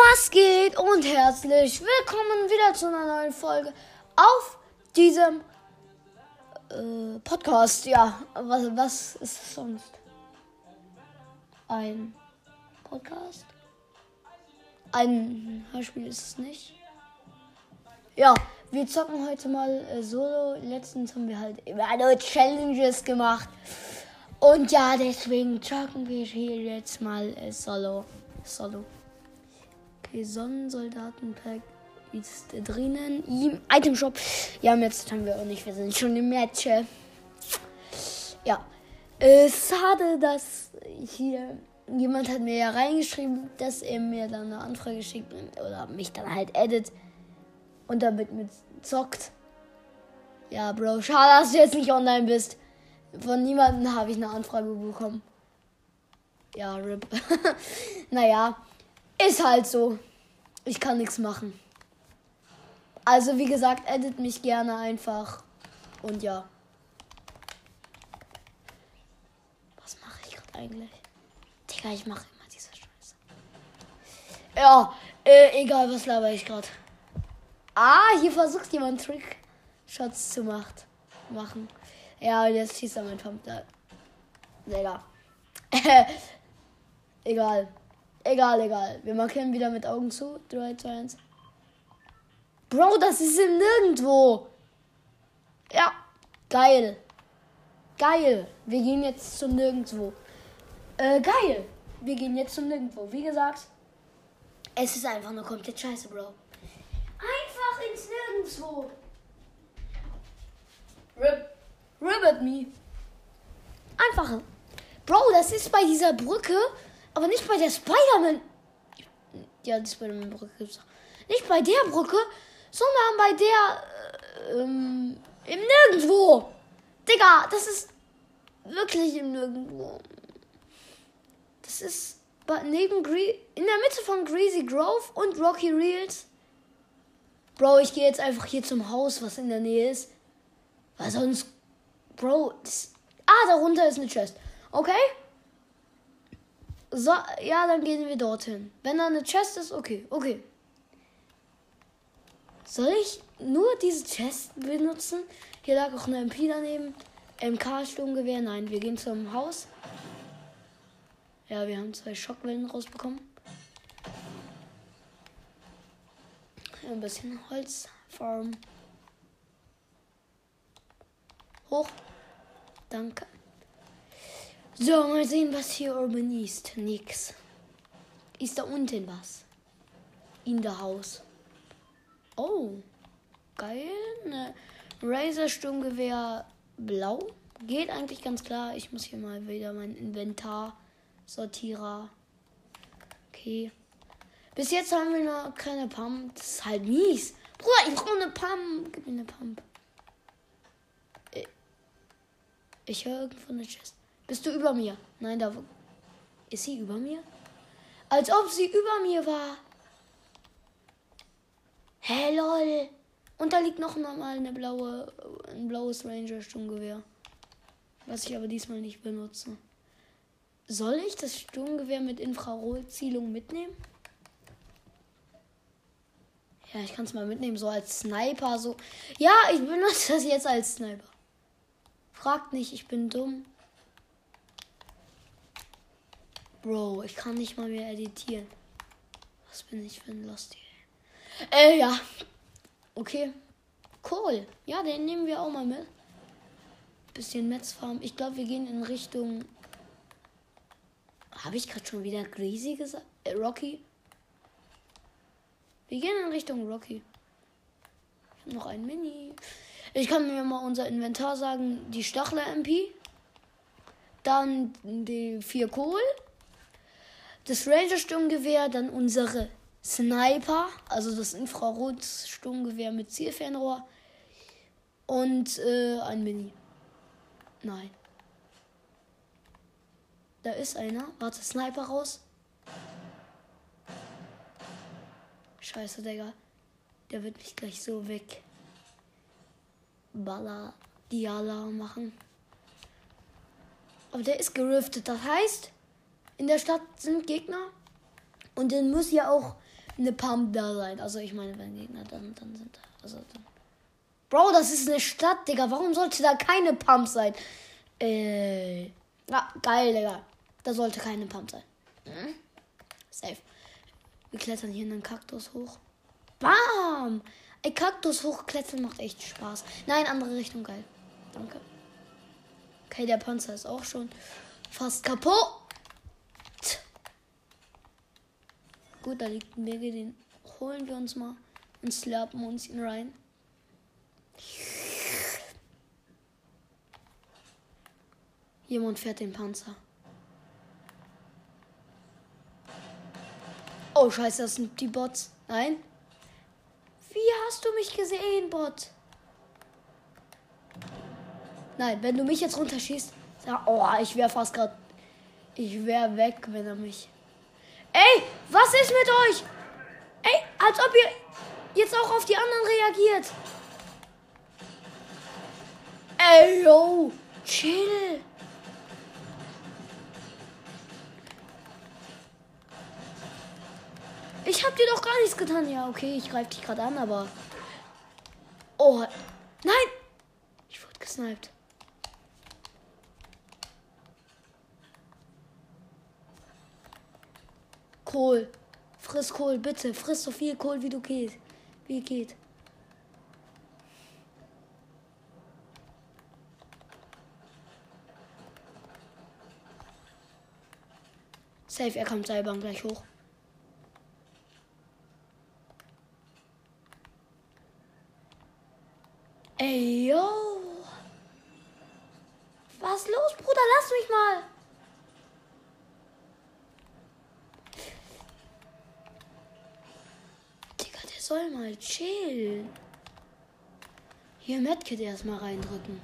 Was geht und herzlich willkommen wieder zu einer neuen Folge auf diesem Podcast. Ja, was ist es sonst? Ein Podcast? Ein Hörspiel ist es nicht. Ja, wir zocken heute mal Solo. Letztens haben wir halt immer nur Challenges gemacht. Und ja, deswegen zocken wir hier jetzt mal Solo. Okay, Sonnensoldatenpack ist drinnen. Im Itemshop. Ja, jetzt haben wir auch nicht. Wir sind schon im Match. Ja. Schade, dass hier jemand hat mir ja reingeschrieben, dass er mir dann eine Anfrage schickt oder mich dann halt edit und damit mit zockt. Ja, Bro, schade, dass du jetzt nicht online bist. Von niemandem habe ich eine Anfrage bekommen. Ja, RIP. Naja, ist halt so. Ich kann nichts machen. Also, wie gesagt, edit mich gerne einfach. Und ja. Was mache ich gerade eigentlich? Digga, ich mache immer diese Scheiße. Ja, egal, was laber ich gerade. Hier versucht jemand Trickshots zu machen. Ja, und jetzt schießt er mein Pump da. Digga. Egal. Wir markieren wieder mit Augen zu. 3, 2, 1. Bro, das ist im Nirgendwo. Ja, geil. Wir gehen jetzt zum Nirgendwo. Wir gehen jetzt zum Nirgendwo. Wie gesagt, es ist einfach nur komplett scheiße, Bro. Einfach ins Nirgendwo. Ribbit me. Einfach. Bro, das ist bei dieser Brücke, aber nicht bei der Spider-Man. Ja, die Spider-Man-Brücke gibt's auch. Nicht bei der Brücke, sondern bei der, im Nirgendwo. Digga, das ist wirklich im Nirgendwo. Das ist in der Mitte von Greasy Grove und Rocky Reels. Bro, ich gehe jetzt einfach hier zum Haus, was in der Nähe ist. Weil sonst, Bro, darunter ist eine Chest. Okay? So, ja, dann gehen wir dorthin. Wenn da eine Chest ist, okay. Soll ich nur diese Chest benutzen? Hier lag auch eine MP daneben. MK-Sturmgewehr. Nein, wir gehen zum Haus. Ja, wir haben 2 Schockwellen rausbekommen. Ein bisschen Holzfarm. Hoch. Danke. So, mal sehen, was hier oben ist. Nix. Ist da unten was? In der Haus. Oh. Geil. Ne Razer-Sturmgewehr blau. Geht eigentlich ganz klar. Ich muss hier mal wieder mein Inventar sortieren. Okay. Bis jetzt haben wir noch keine Pump. Das ist halt mies. Bruder, ich brauche eine Pump. Gib mir eine Pump. Ich höre irgendwo eine Chest. Bist du über mir? Nein, da... Ist sie über mir? Als ob sie über mir war. Hey, lol. Und da liegt noch mal ein blaues Ranger-Sturmgewehr. Was ich aber diesmal nicht benutze. Soll ich das Sturmgewehr mit Infrarotzielung mitnehmen? Ja, ich kann es mal mitnehmen, so als Sniper. So. Ja, ich benutze das jetzt als Sniper. Fragt nicht, ich bin dumm. Bro, ich kann nicht mal mehr editieren. Was bin ich für ein Lost hier? Ja. Okay. Cool. Ja, den nehmen wir auch mal mit. Bisschen Metzfarm. Ich glaube, wir gehen in Richtung... Habe ich gerade schon wieder Greasy gesagt? Rocky? Wir gehen in Richtung Rocky. Ich habe noch ein Mini. Ich kann mir mal unser Inventar sagen. Die Stachler-MP. Dann die 4 Kohl. Das Ranger-Sturmgewehr. Dann unsere Sniper. Also das Infrarot-Sturmgewehr mit Zielfernrohr. Und ein Mini. Nein. Da ist einer. Warte, Sniper raus. Scheiße, Digga. Der wird mich gleich so weg. Diala machen. Aber der ist geriftet. Das heißt, in der Stadt sind Gegner. Und dann muss ja auch eine Pump da sein. Also ich meine, wenn Gegner dann sind da. Also dann. Bro, das ist eine Stadt, Digga. Warum sollte da keine Pump sein? Ja, geil, Digga. Da sollte keine Pump sein. Safe. Wir klettern hier in einen Kaktus hoch. Bam! Ey, Kaktus hochklettern macht echt Spaß. Nein, andere Richtung, geil. Danke. Okay, der Panzer ist auch schon fast kaputt. Gut, da liegt ein Wege, den holen wir uns mal und slappen uns ihn rein. Jemand fährt den Panzer. Oh, scheiße, das sind die Bots. Nein. Wie hast du mich gesehen, Bot? Nein, wenn du mich jetzt runterschießt. Oh, ich wäre fast gerade. Ich wäre weg, wenn er mich. Ey, was ist mit euch? Ey, als ob ihr jetzt auch auf die anderen reagiert. Ey, yo, chill. Ich hab dir doch gar nichts getan. Ja, okay, ich greife dich gerade an, aber... Oh, nein! Ich wurde gesniped. Kohl. Friss Kohl, bitte. Friss so viel Kohl, wie du geht. Wie geht. Safe, er kommt Seilbahn gleich hoch. Ey, yo. Was los, Bruder? Lass mich mal. Digga, der soll mal chillen. Hier Medkit erstmal reindrücken.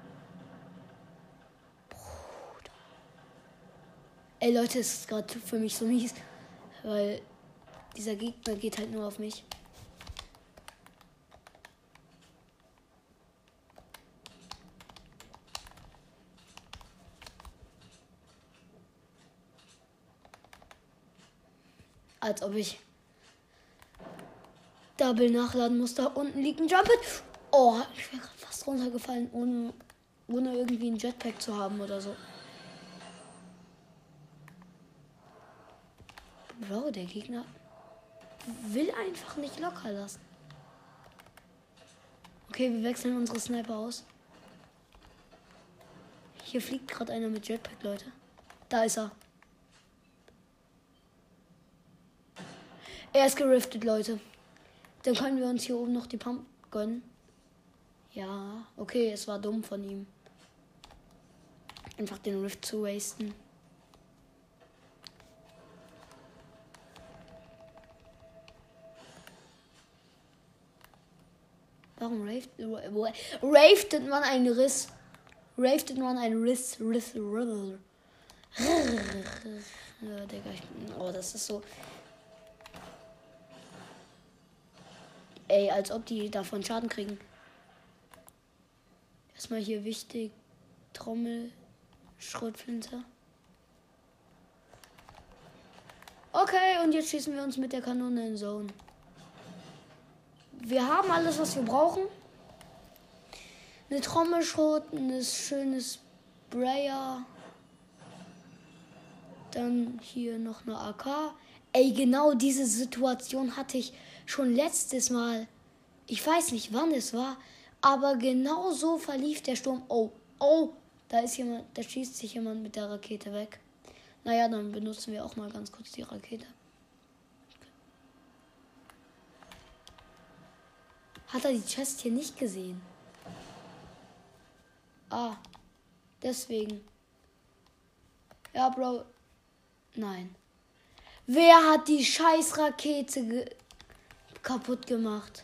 Bruder. Ey, Leute, es ist gerade für mich so mies. Weil dieser Gegner geht halt nur auf mich. Als ob ich Double nachladen muss. Da unten liegt ein Jumpet. Oh, ich wäre gerade fast runtergefallen, ohne irgendwie ein Jetpack zu haben oder so. Bro, der Gegner will einfach nicht locker lassen. Okay, wir wechseln unsere Sniper aus. Hier fliegt gerade einer mit Jetpack, Leute. Da ist er. Er ist geriftet, Leute. Dann können wir uns hier oben noch die Pump gönnen. Ja, okay, es war dumm von ihm. Einfach den Rift zu wasten. Warum raftet man einen Riss? Raftet man einen Riss? Ja, Digga, oh, das ist so... Ey, als ob die davon Schaden kriegen. Erstmal hier wichtig. Trommel, Schrotflinte. Okay, und jetzt schießen wir uns mit der Kanone in Zone. Wir haben alles, was wir brauchen. Eine Trommelschrot, ein schönes Sprayer. Dann hier noch eine AK. Ey, genau diese Situation hatte ich schon letztes Mal. Ich weiß nicht, wann es war, aber genau so verlief der Sturm. Oh, da ist jemand, da schießt sich jemand mit der Rakete weg. Naja, dann benutzen wir auch mal ganz kurz die Rakete. Hat er die Chest hier nicht gesehen? Ah, deswegen. Ja, Bro. Nein. Wer hat die scheiß Rakete kaputt gemacht?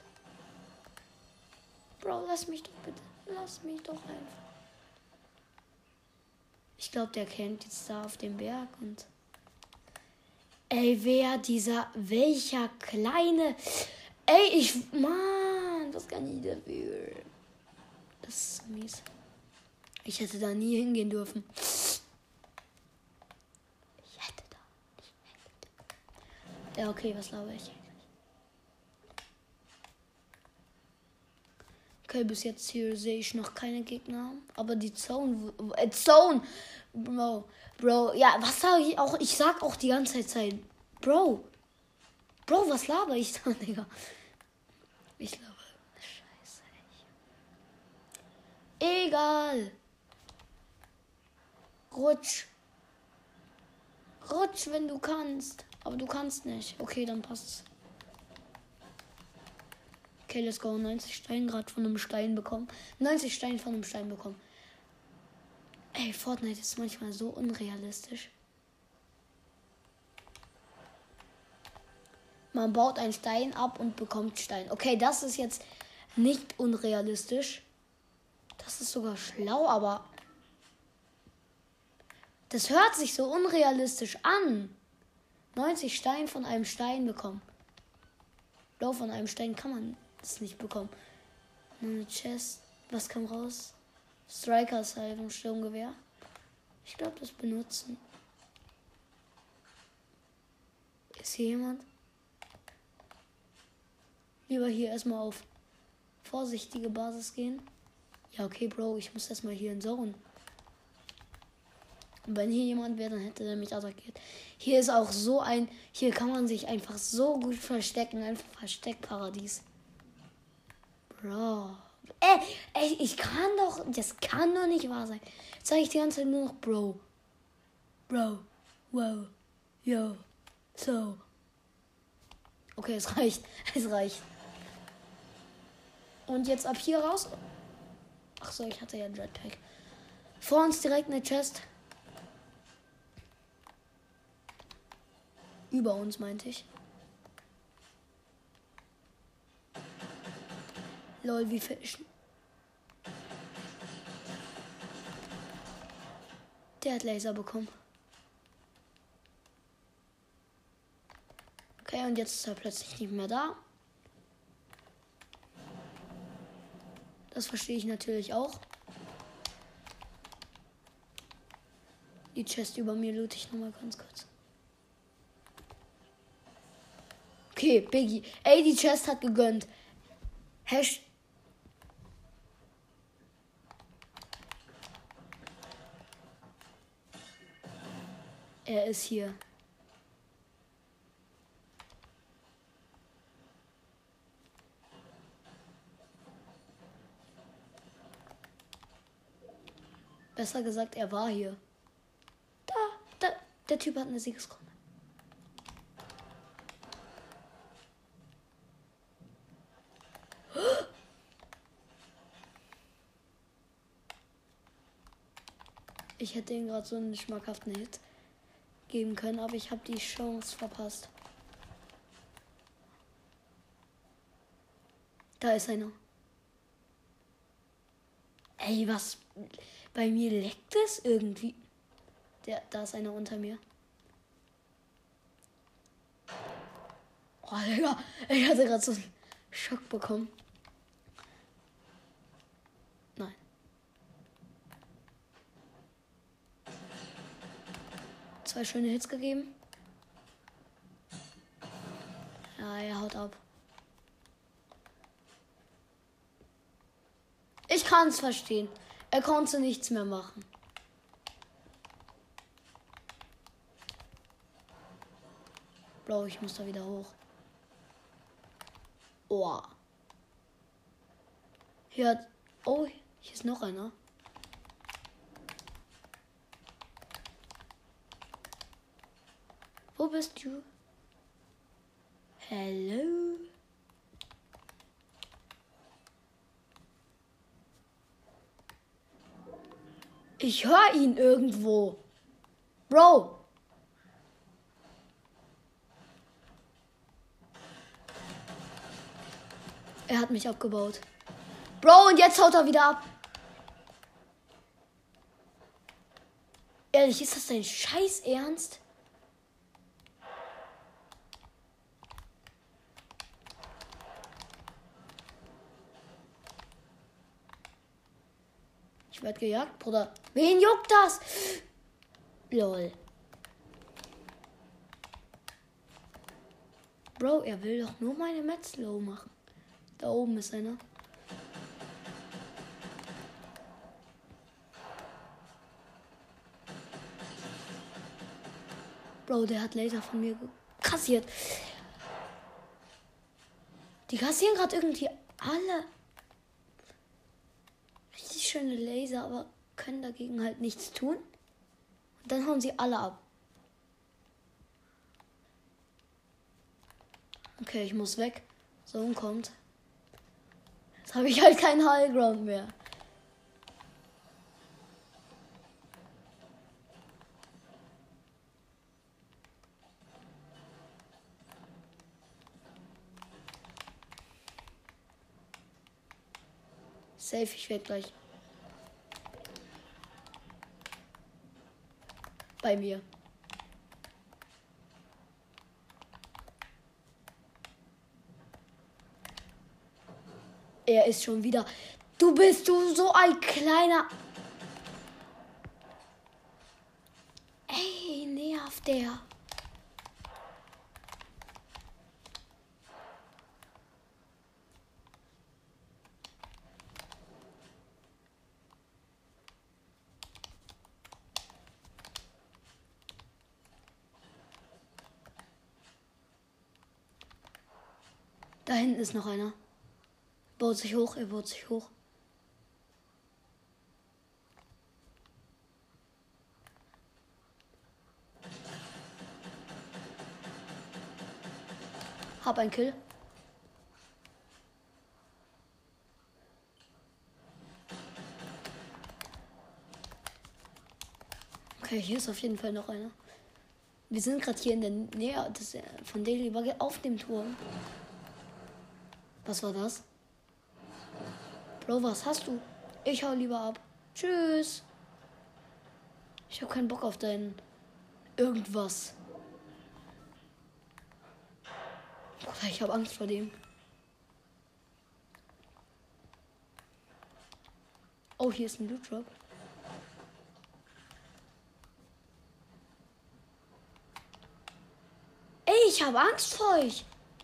Bro, lass mich doch bitte. Lass mich doch einfach. Ich glaube, der campt jetzt da auf dem Berg und... Ey, welcher kleine... Ey, Mann, das kann ich dafür. Das ist so mies. Ich hätte da nie hingehen dürfen. Ja, okay, was glaube ich? Okay, bis jetzt hier sehe ich noch keine Gegner. Aber die Zone. Zone! Bro, ja, was sage ich auch? Ich sag auch die ganze Zeit. Bro, was laber ich da, Digga? Ich laber. Scheiße. Egal. Rutsch, wenn du kannst. Aber du kannst nicht. Okay, dann passt's. Okay, let's go. 90 Steine gerade von einem Stein bekommen. 90 Steine von einem Stein bekommen. Ey, Fortnite ist manchmal so unrealistisch. Man baut einen Stein ab und bekommt Stein. Okay, das ist jetzt nicht unrealistisch. Das ist sogar schlau, aber das hört sich so unrealistisch an. 90 Steine von einem Stein bekommen. Bro, von einem Stein kann man das nicht bekommen. Eine Chest. Was kam raus? Strikers halt ein Sturmgewehr. Ich glaube, das benutzen. Ist hier jemand? Lieber hier erstmal auf vorsichtige Basis gehen. Ja, okay, Bro, ich muss erstmal hier in Zone. Und wenn hier jemand wäre, dann hätte er mich attackiert. Hier ist auch so ein... Hier kann man sich einfach so gut verstecken. Einfach Versteckparadies. Bro. Ey, ich kann doch... Das kann doch nicht wahr sein. Jetzt sage ich die ganze Zeit nur noch Bro. Bro. Wow. Yo. So. Okay, es reicht. Es reicht. Und jetzt ab hier raus. Ach so, ich hatte ja einen Jetpack. Vor uns direkt eine Chest. Über uns, meinte ich. Lol, wie Fischen. Der hat Laser bekommen. Okay, und jetzt ist er plötzlich nicht mehr da. Das verstehe ich natürlich auch. Die Chest über mir loot ich nochmal ganz kurz. Okay, Biggie. Ey, die Chest hat gegönnt. Er ist hier. Besser gesagt, er war hier. Da. Der Typ hat eine Siegeskrone. Ich hätte ihm gerade so einen schmackhaften Hit geben können, aber ich habe die Chance verpasst. Da ist einer. Ey, was? Bei mir leckt es irgendwie. Da ist einer unter mir. Oh, Digga. Ich hatte gerade so einen Schock bekommen. Nein. Zwei schöne Hits gegeben. Ja, er haut ab. Ich kann es verstehen. Er konnte nichts mehr machen. Bro, ich muss da wieder hoch. Oh. Oh, hier ist noch einer. Wo bist du? Hello? Ich höre ihn irgendwo. Bro. Er hat mich abgebaut. Bro, und jetzt haut er wieder ab. Ehrlich, ist das dein Scheiß Ernst? Ich werde gejagt, Bruder. Wen juckt das? Lol. Bro, er will doch nur meine Mets low machen. Da oben ist einer. Bro, der hat Laser von mir kassiert. Die kassieren gerade irgendwie alle. Richtig schöne Laser, aber können dagegen halt nichts tun. Und dann hauen sie alle ab. Okay, ich muss weg. So kommt. Jetzt habe ich halt keinen Highground mehr. Safe, ich werde gleich bei mir. Er ist schon wieder. Du bist so ein kleiner. Ey, nervt der. Da hinten ist noch einer. Baut sich hoch, er baut sich hoch. Hab ein Kill. Okay, hier ist auf jeden Fall noch einer. Wir sind gerade hier in der Nähe von Daily Bugle auf dem Turm. Was war das? Bro, was hast du? Ich hau lieber ab. Tschüss. Ich habe keinen Bock auf dein irgendwas. Oder ich habe Angst vor dem. Oh, hier ist ein Loot Drop. Ey, ich habe Angst vor euch.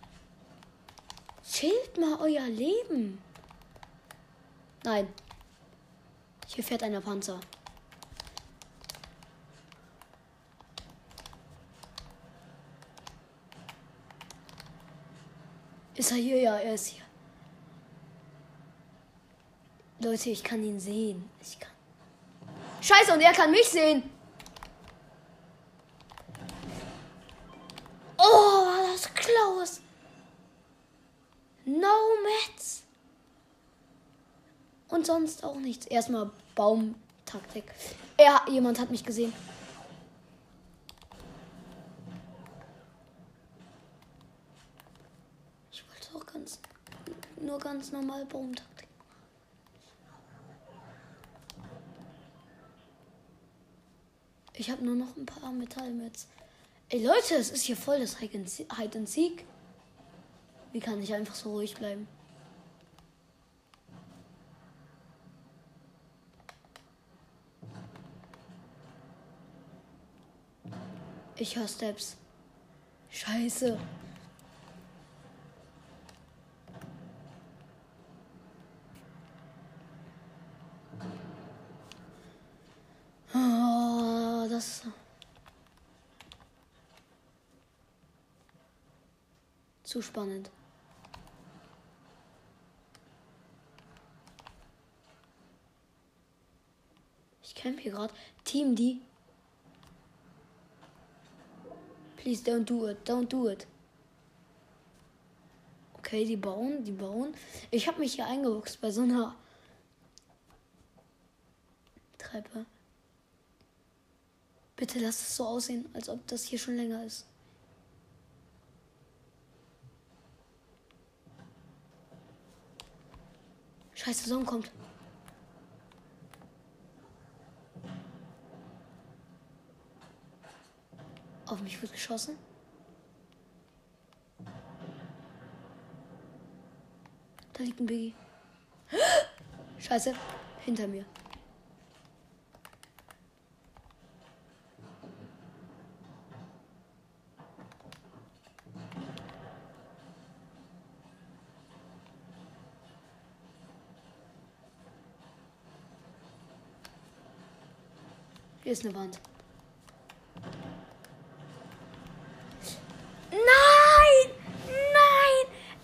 Chillt mal euer Leben. Nein. Hier fährt einer Panzer. Ist er hier? Ja, er ist hier. Leute, ich kann ihn sehen. Scheiße, und er kann mich sehen. Oh, war das close. No Mets. Und sonst auch nichts. Erstmal Baumtaktik. Jemand hat mich gesehen. Ich wollte auch nur ganz normal Baumtaktik. Ich habe nur noch ein paar Metallmets. Ey Leute, es ist hier voll das Hide and Seek. Wie kann ich einfach so ruhig bleiben? Ich höre Steps. Scheiße. Oh, das zu spannend. Ich camp hier gerade. Team D. Please don't do it. Don't do it. Okay, die bauen. Ich habe mich hier eingebuchst bei so einer Treppe. Bitte lass es so aussehen, als ob das hier schon länger ist. Scheiße, Sonne kommt. Auf mich wird geschossen. Da liegt ein Biggie. Scheiße, hinter mir. Hier ist eine Wand.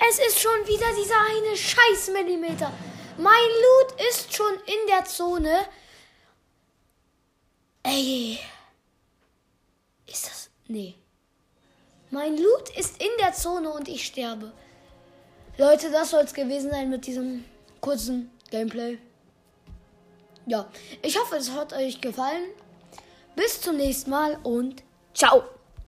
Es ist schon wieder dieser eine scheiß Millimeter. Mein Loot ist schon in der Zone. Ey. Ist das... Nee. Mein Loot ist in der Zone und ich sterbe. Leute, das soll es gewesen sein mit diesem kurzen Gameplay. Ja, ich hoffe, es hat euch gefallen. Bis zum nächsten Mal und ciao.